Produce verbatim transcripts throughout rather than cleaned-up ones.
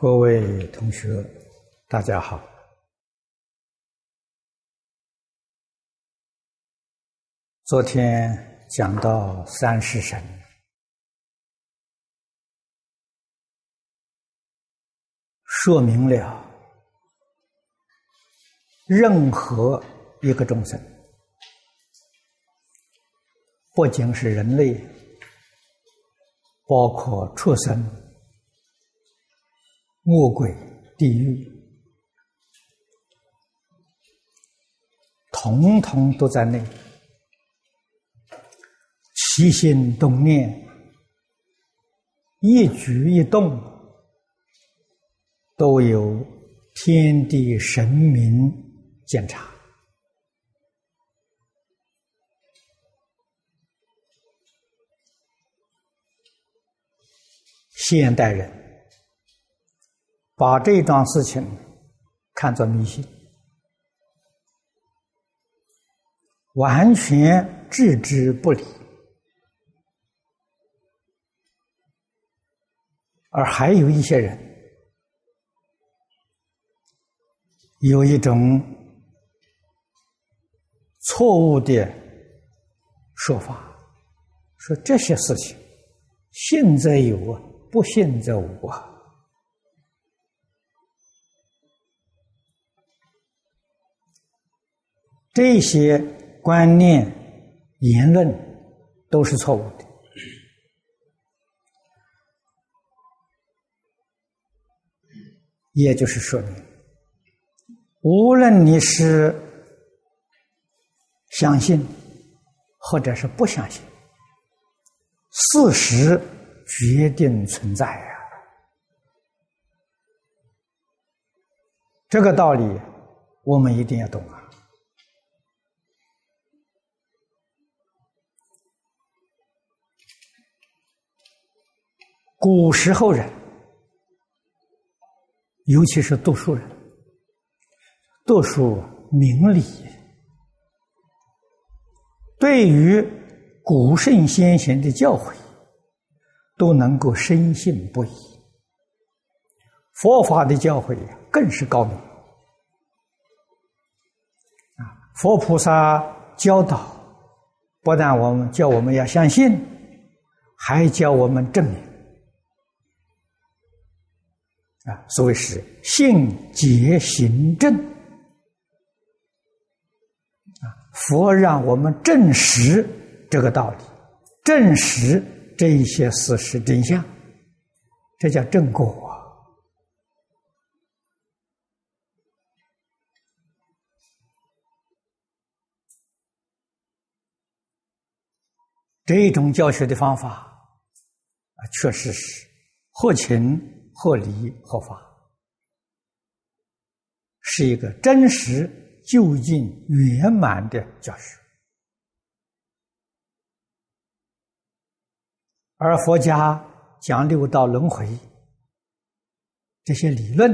各位同学，大家好。昨天讲到三世神，说明了任何一个众生，不仅是人类，包括畜生、魔鬼、地狱，统统都在内。起心动念，一举一动，都有天地神明监察。现代人把这桩事情看作迷信，完全置之不理。而还有一些人有一种错误的说法，说这些事情信则有啊，不信则无啊。这些观念言论都是错误的。也就是说明，无论你是相信或者是不相信，事实决定存在啊。这个道理我们一定要懂啊。古时候人，尤其是读书人，读书明理，对于古圣先贤的教诲都能够深信不疑。佛法的教诲更是高明啊！佛菩萨教导，不但我们叫我们要相信，还教我们证明。啊，所谓是信解行证啊，佛让我们证实这个道理，证实这一些事实真相，这叫正果啊。这种教学的方法啊，确实是合情合理合法，是一个真实究竟圆满的教学。而佛家讲六道轮回这些理论，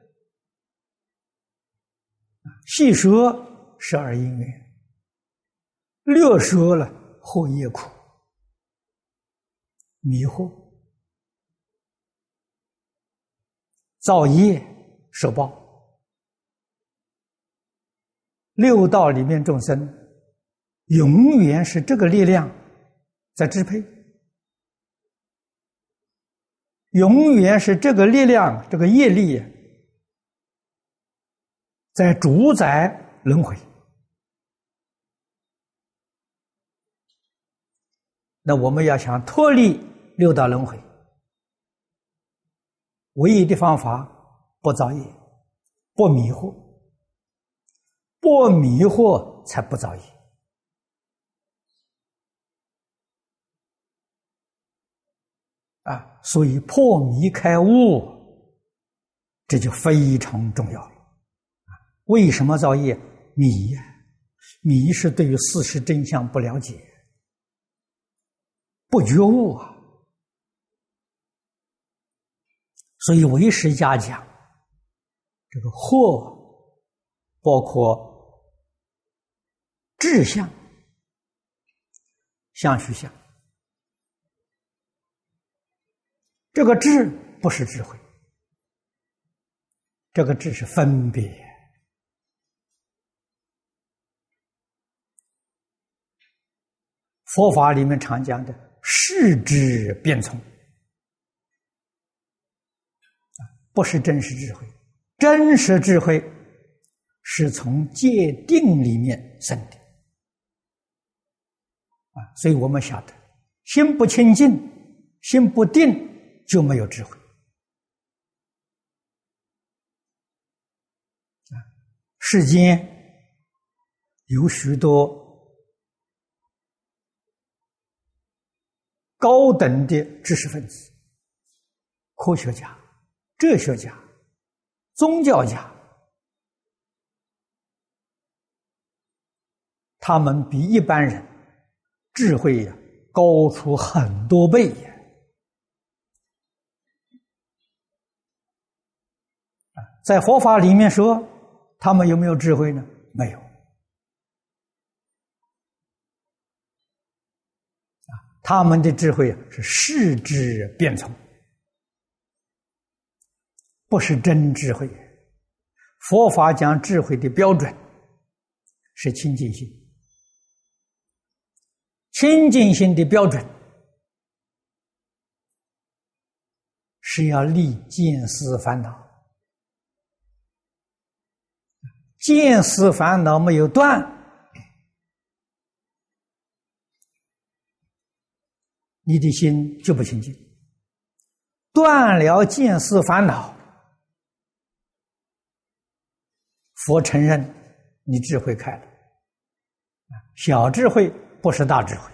细说十二因缘，略说了后业苦，迷惑造业受报。六道里面众生永远是这个力量在支配，永远是这个力量，这个业力在主宰轮回。那我们要想脱离六道轮回，唯一的方法，不造业，不迷惑，不迷惑才不造业。啊，所以破迷开悟，这就非常重要了。为什么造业？迷呀，迷是对于事实真相不了解，不觉悟啊。所以唯识家讲，这个惑包括智相、相虚相。这个智不是智慧， 这个智是分别。佛法里面常讲的视之变从，不是真实智慧。真实智慧是从戒定里面生的啊，所以我们晓得，心不清净，心不定，就没有智慧啊。世间有许多高等的知识分子、科学家、哲学家、宗教家，他们比一般人智慧呀高出很多倍呀！在佛法里面说，他们有没有智慧呢？没有。他们的智慧是视之变从，不是真智慧。佛法讲智慧的标准是清净心，清净心的标准是要立见思烦恼，见思烦恼没有断，你的心就不清净。断了见思烦恼，佛承认你智慧开了。小智慧不是大智慧，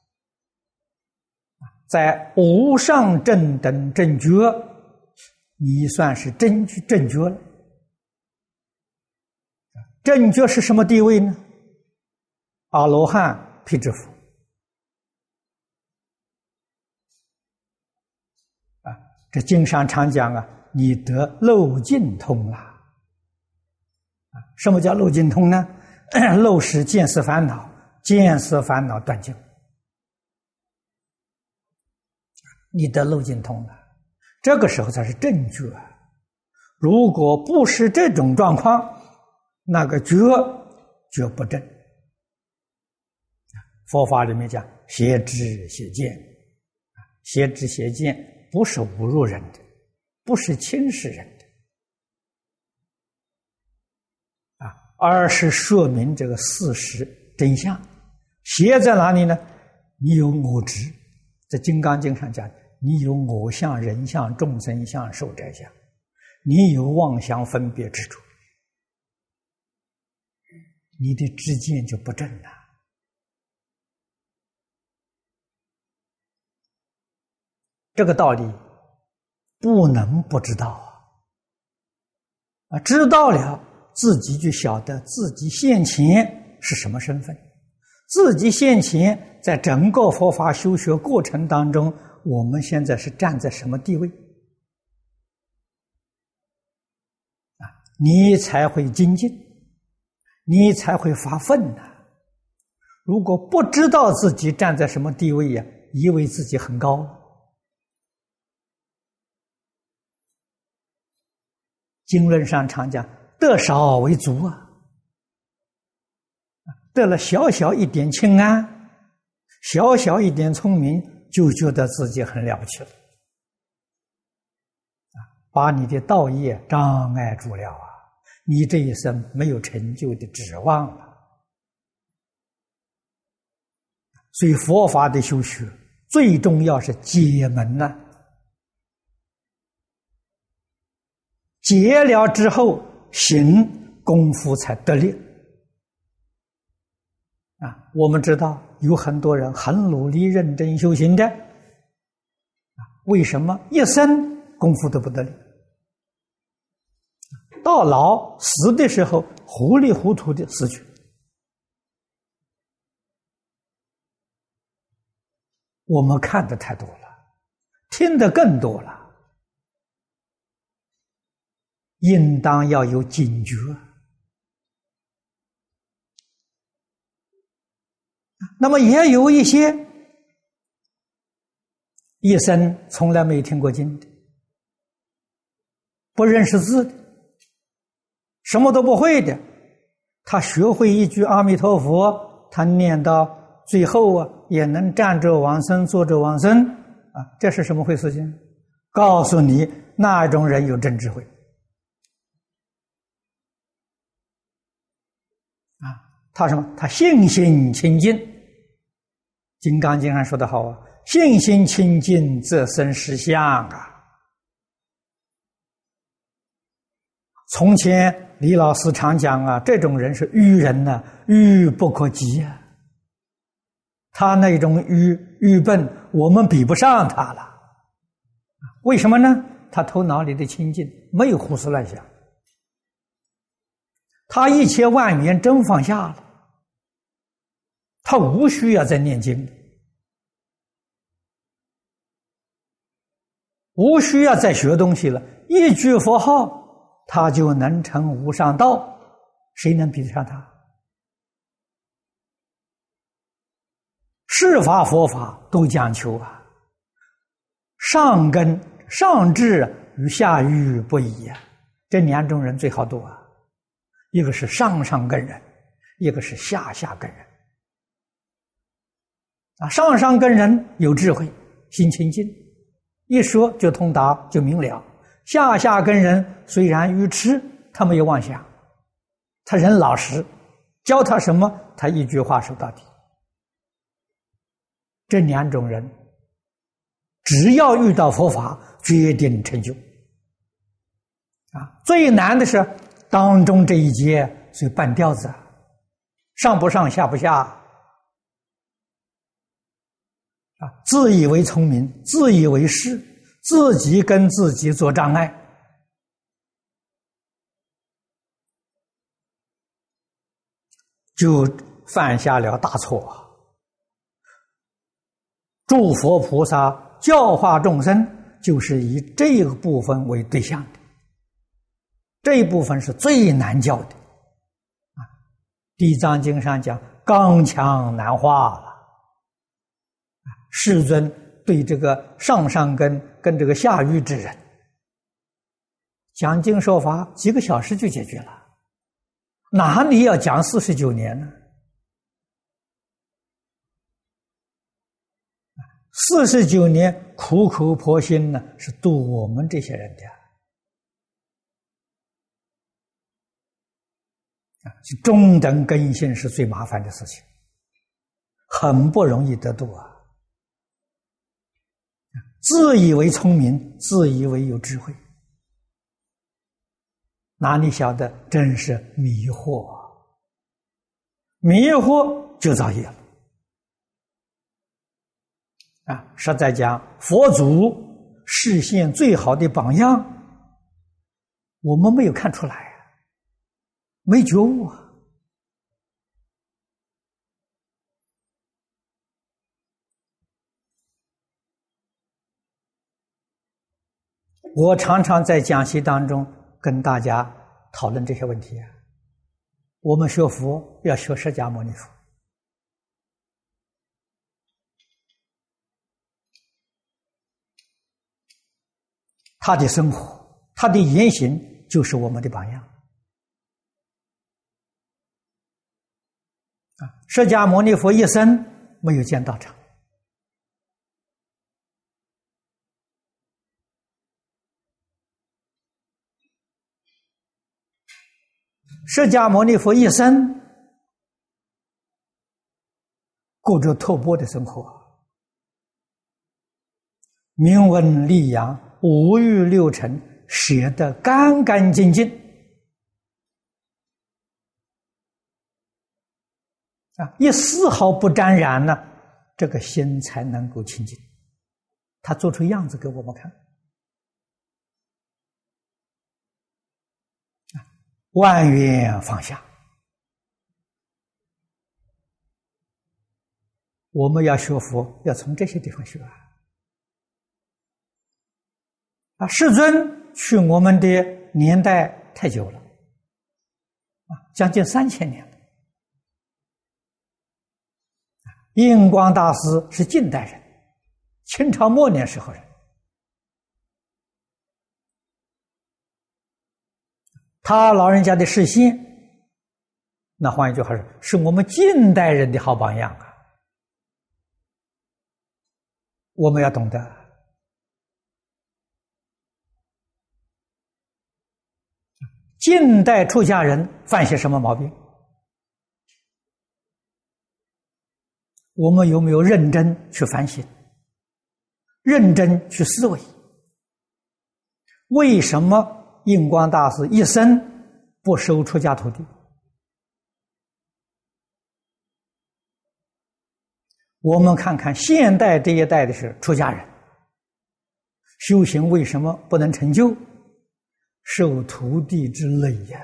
在无上正等正觉，你算是真正觉了。正觉是什么地位呢？阿罗汉、辟支佛。这经上常讲啊，你得漏尽通了。啊，什么叫漏尽通呢？漏是见思烦恼，见思烦恼断尽，你得漏尽通了。这个时候才是正觉。如果不是这种状况，那个觉觉不正。佛法里面讲邪知邪见，邪知邪见不是侮辱人的，不是轻视人的啊，而是说明这个事实真相。邪在哪里呢？你有我执，在《金刚经》上讲，你有我相、人相、众生相、寿者相，你有妄想分别执着，你的知见就不正了。这个道理不能不知道啊！知道了，自己就晓得自己现前是什么身份，自己现前在整个佛法修学过程当中，我们现在是站在什么地位啊？你才会精进，你才会发奋呐、啊！如果不知道自己站在什么地位呀、啊，以为自己很高。经论上常讲，得少为足啊，得了小小一点清安，小小一点聪明，就觉得自己很了不起了，把你的道业障碍住了啊！你这一生没有成就的指望了。所以佛法的修学最重要是解门呐、啊。解了之后，行功夫才得力啊！我们知道有很多人很努力、认真修行的，啊，为什么一生功夫都不得力？到老死的时候，糊里糊涂的死去。我们看的太多了，听的更多了。应当要有警觉。那么也有一些一生从来没听过经的，不认识字的， 什么都不会的，他学会一句阿弥陀佛，他念到最后啊，也能站着往生，坐着往生啊，这是什么回事情？告诉你，那种人有真智慧啊！他什么？他信心清净。《金刚经》上说得好啊，信心清净，则生实相啊。从前李老师常讲啊，这种人是愚人呢、啊，愚不可及啊。他那种愚愚笨，我们比不上他了。为什么呢？他头脑里的清净，没有胡思乱想，他一切万缘真放下了，他无需要再念经，无需要再学东西了，一句佛号他就能成无上道，谁能比得上他？是法佛法都讲求啊，上根上智与下愚不一啊，这两种人最好度啊，一个是上上根人，一个是下下根人啊。上上根人有智慧，心清净，一说就通达，就明了。下下根人虽然愚痴，他没有妄想，他人老实，教他什么，他一句话说到底。这两种人，只要遇到佛法，决定成就。啊，最难的是当中这一节，所以半吊子，上不上，下不下。啊，自以为聪明，自以为是，自己跟自己做障碍，就犯下了大错。诸佛菩萨教化众生，就是以这个部分为对象的，这一部分是最难教的啊。地藏经上讲，刚强难化了。世尊对这个上上根跟这个下愚之人讲经说法，几个小时就解决了，哪里要讲四十九年呢？四十九年苦口婆心呢，是度我们这些人的啊，中等根性是最麻烦的事情，很不容易得度啊。自以为聪明，自以为有智慧，哪里晓得真是迷惑，迷惑就造业了啊！实在讲，佛祖示现最好的榜样，我们没有看出来，没觉悟啊。我常常在讲习当中跟大家讨论这些问题啊。我们学佛要学释迦牟尼佛，他的生活，他的言行就是我们的榜样啊。释迦牟尼佛一生没有建道场，释迦牟尼佛一生过着托钵的生活，明文立养，五欲六尘舍得干干净净啊，一丝毫不沾染呢，这个心才能够清净。他做出样子给我们看。万缘放下，我们要学佛，要从这些地方学啊！啊，世尊去我们的年代太久了，啊，将近三千年了。印光大师是近代人，清朝末年时候人。 他老人家的示现，那换一句话说，是我们近代人的好榜样啊！我们要懂得。近代出家人犯些什么毛病？我们有没有认真去反省？认真去思维？为什么印光大师一生不收出家徒弟？我们看看现代这一代的是出家人，修行为什么不能成就？受徒弟之累呀！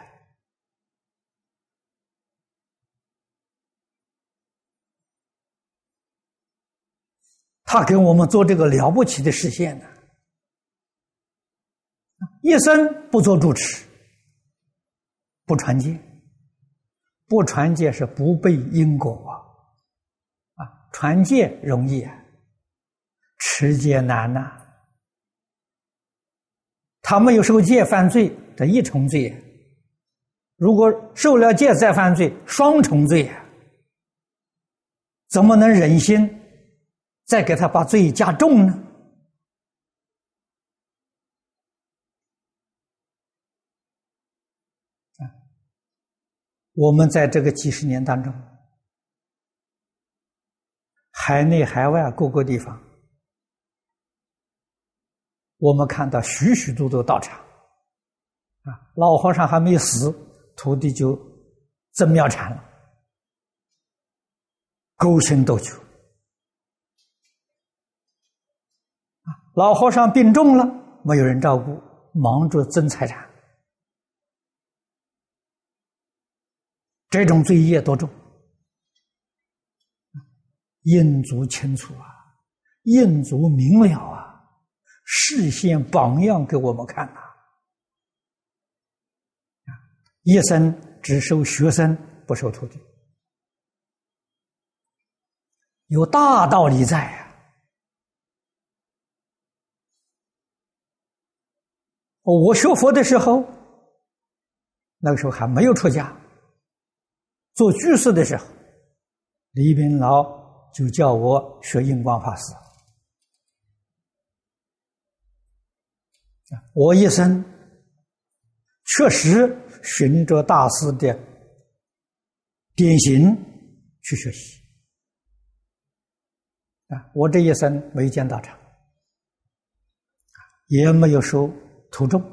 他给我们做这个了不起的实现呢，一生不做住持，不传戒，不传戒是不背因果啊！啊，传戒容易啊，持戒难呐、啊。他没有受戒犯罪，这一重罪；如果受了戒再犯罪，双重罪啊！怎么能忍心再给他把罪加重呢？啊，我们在这个几十年当中，海内海外各个地方，我们看到许许多多道场，啊，老和尚还没死，徒弟就增庙产了，勾心斗角。啊，老和尚病重了，没有人照顾，忙着增财产，这种罪业多重？印祖清楚啊，印祖明了啊。示现榜样给我们看呐、啊！一生只收学生，不收徒弟，有大道理在啊！我学佛的时候，那个时候还没有出家，做居士的时候，李炳老就叫我学印光法师。我一生确实循着大师的典型去学习啊！我这一生没见道场，也没有收徒众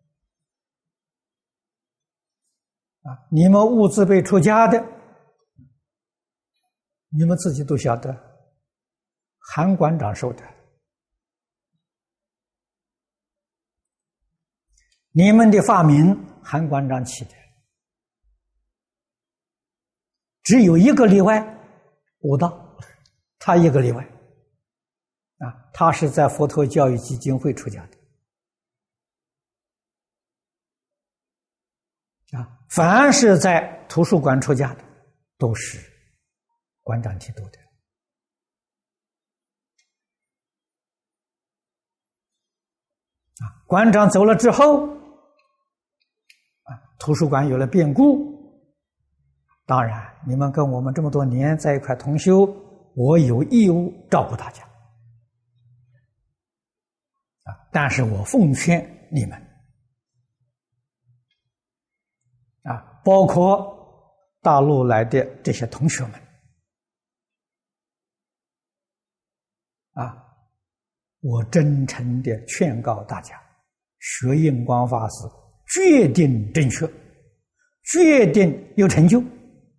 啊！你们悟自辈出家的，你们自己都晓得，韩馆长收的。你们的发明，韩馆长起的，只有一个例外，悟道，他一个例外，啊，他是在佛陀教育基金会出家的，啊，凡是在图书馆出家的，都是馆长提督的，啊，馆长走了之后。图书馆有了变故，当然你们跟我们这么多年在一块同修，我有义务照顾大家啊！但是我奉劝你们啊，包括大陆来的这些同学们啊，我真诚的劝告大家，学印光法师决定正确，决定有成就。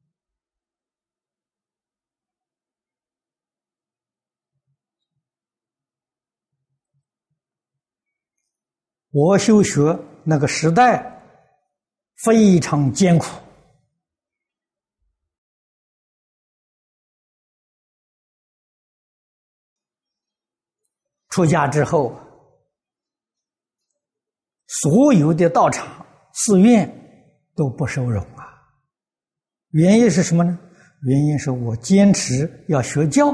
我修学那个时代非常艰苦，出家之后，所有的道场、寺院都不收容啊。原因是什么呢？原因是我坚持要学教，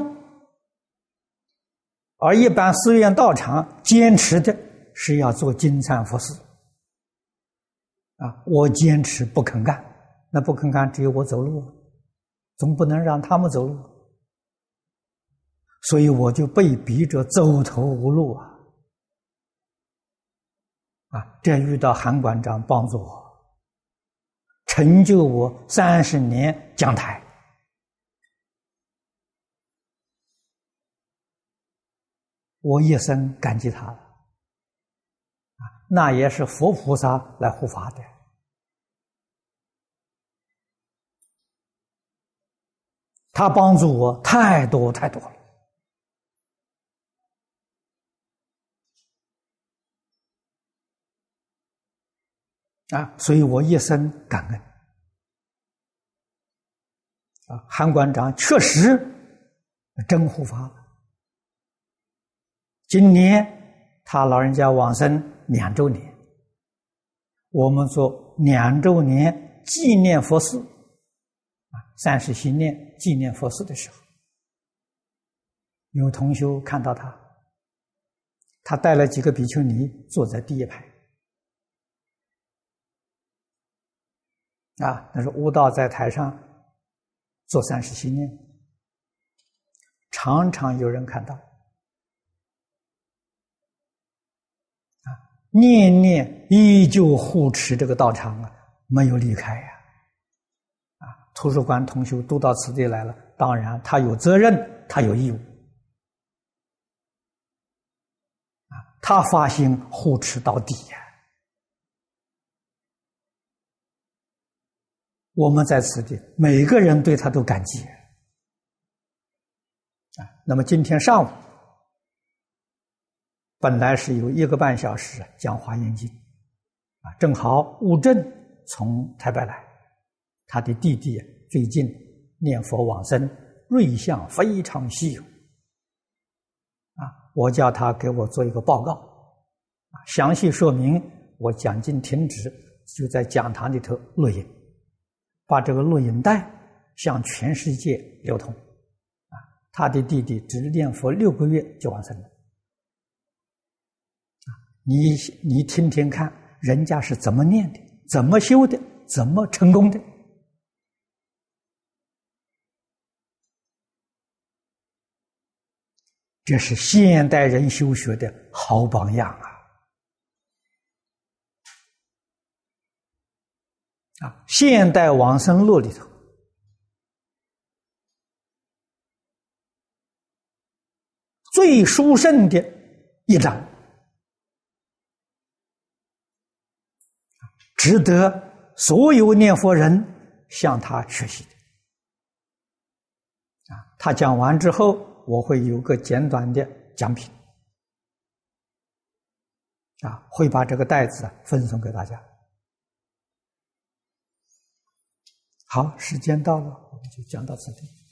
而一般寺院道场坚持的是要做金蝉佛事啊，我坚持不肯干，那不肯干只有我走路，总不能让他们走路，所以我就被逼着走投无路啊！啊，这遇到韩馆长帮助我，成就我三十年讲台。我一生感激他了，啊，那也是佛菩萨来护法的，他帮助我太多太多了，啊，所以我一生感恩。啊，韩馆长确实真护法了。今年他老人家往生两周年，我们做两周年纪念佛事，啊，三十心念纪念佛事的时候，有同修看到他，他带了几个比丘尼坐在第一排，啊，那是悟道在台上做三十心念，常常有人看到。念念依旧护持这个道场啊，没有离开呀！啊，图书馆同修都到此地来了，当然他有责任，他有义务。啊，他发心护持到底呀！我们在此地每个人对他都感激。啊，那么今天上午本来是有一个半小时讲华严经，啊，正好悟正从台北来，他的弟弟最近念佛往生，瑞相非常稀有，啊，我叫他给我做一个报告，啊，详细说明我讲经停止，就在讲堂里头录音，把这个录音带向全世界流通，啊，他的弟弟只念佛六个月就往生了。你你听听看，人家是怎么念的，怎么修的，怎么成功的？这是现代人修学的好榜样啊！啊，现代往生录里头，最殊胜的一章。值得所有念佛人向他学习的。啊，他讲完之后，我会有个简短的奖品，啊，会把这个袋子分送给大家。好，时间到了，我们就讲到此地。